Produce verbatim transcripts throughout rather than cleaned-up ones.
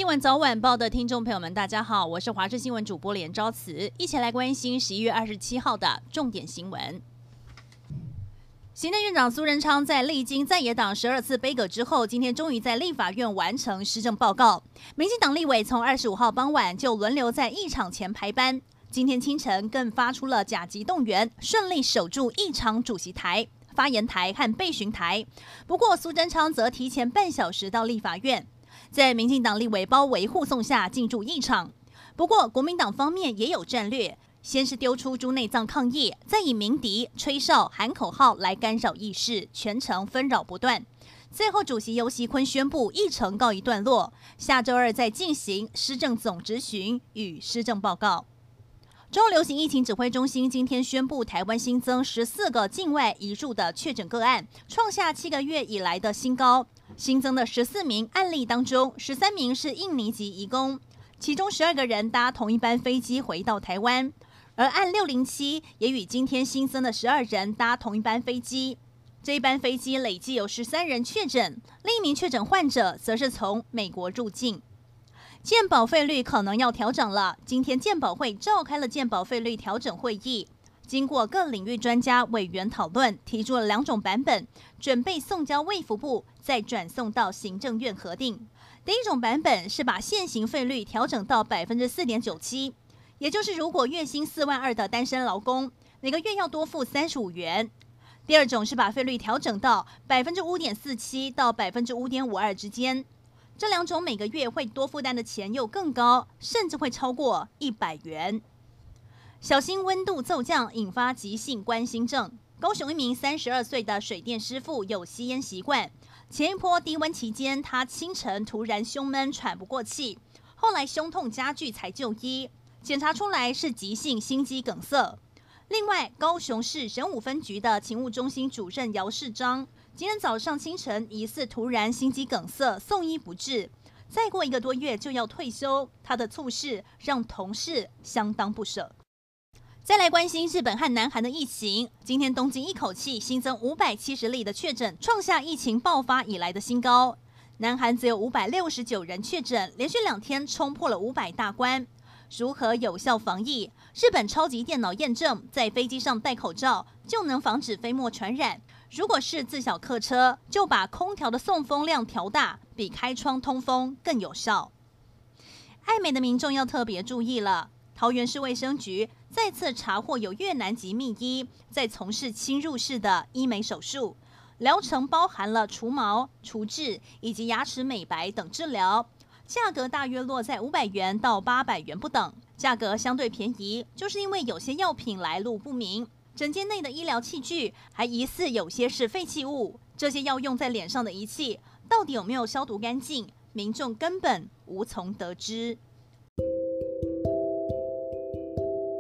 新闻早晚报的听众朋友们，大家好，我是华视新闻主播连昭慈，一起来关心十一月二十七号的重点新闻。行政院长苏贞昌在历经在野党十二次杯葛之后，今天终于在立法院完成施政报告。民进党立委从二十五号傍晚就轮流在议场前排班，今天清晨更发出了甲级动员，顺利守住议场主席台、发言台和备询台。不过苏贞昌则提前半小时到立法院，在民进党立委包围护送下进驻议场。不过国民党方面也有战略。先是丢出猪内脏抗议，再以鸣笛、吹哨、喊口号来干扰议事，全程纷扰不断。最后，主席游锡堃宣布议程告一段落，下周二再进行施政总质询与施政报告。中央流行疫情指挥中心今天宣布，台湾新增十四个境外移入的确诊个案，创下七个月以来的新高。新增的十四名案例当中，十三名是印尼籍移工，其中十二个人搭同一班飞机回到台湾。而案六零七也与今天新增的十二人搭同一班飞机，这一班飞机累计有十三人确诊，另一名确诊患者则是从美国入境。健保费率可能要调整了，今天健保会召开了健保费率调整会议，经过各领域专家委员讨论，提出了两种版本，准备送交卫福部，再转送到行政院核定。第一种版本是把现行费率调整到百分之四点九七。也就是，如果月薪四万二的单身劳工，每个月要多付三十五元。第二种是把费率调整到百分之五点四七到百分之五点五二之间，这两种每个月会多负担的钱又更高，甚至会超过一百元。小心温度骤降引发急性冠心症。高雄一名三十二岁的水电师傅有吸烟习惯，前一波低温期间，他清晨突然胸闷喘不过气，后来胸痛加剧才就医。检查出来是急性心肌梗塞。另外，高雄市人武分局的勤务中心主任姚世章，今天早上清晨疑似突然心肌梗塞，送医不治，再过一个多月就要退休。他的猝逝让同事相当不舍。再来关心日本和南韩的疫情，今天东京一口气新增五百七十例的确诊，创下疫情爆发以来的新高。南韩只有五百六十九人确诊，连续两天冲破了五百大关。如何有效防疫？日本超级电脑验证，在飞机上戴口罩就能防止飞沫传染。如果是自小客车，就把空调的送风量调大，比开窗通风更有效。爱美的民众要特别注意了，桃园市卫生局再次查获有越南籍密医在从事侵入式的医美手术，疗程包含了除毛、除痣以及牙齿美白等治疗。价格大约落在五百元到八百元不等，价格相对便宜，就是因为有些药品来路不明，诊间内的医疗器具还疑似有些是废弃物，这些要用在脸上的仪器到底有没有消毒干净，民众根本无从得知。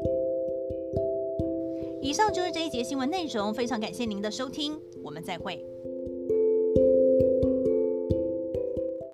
以上就是这一节新闻内容，非常感谢您的收听，我们再会。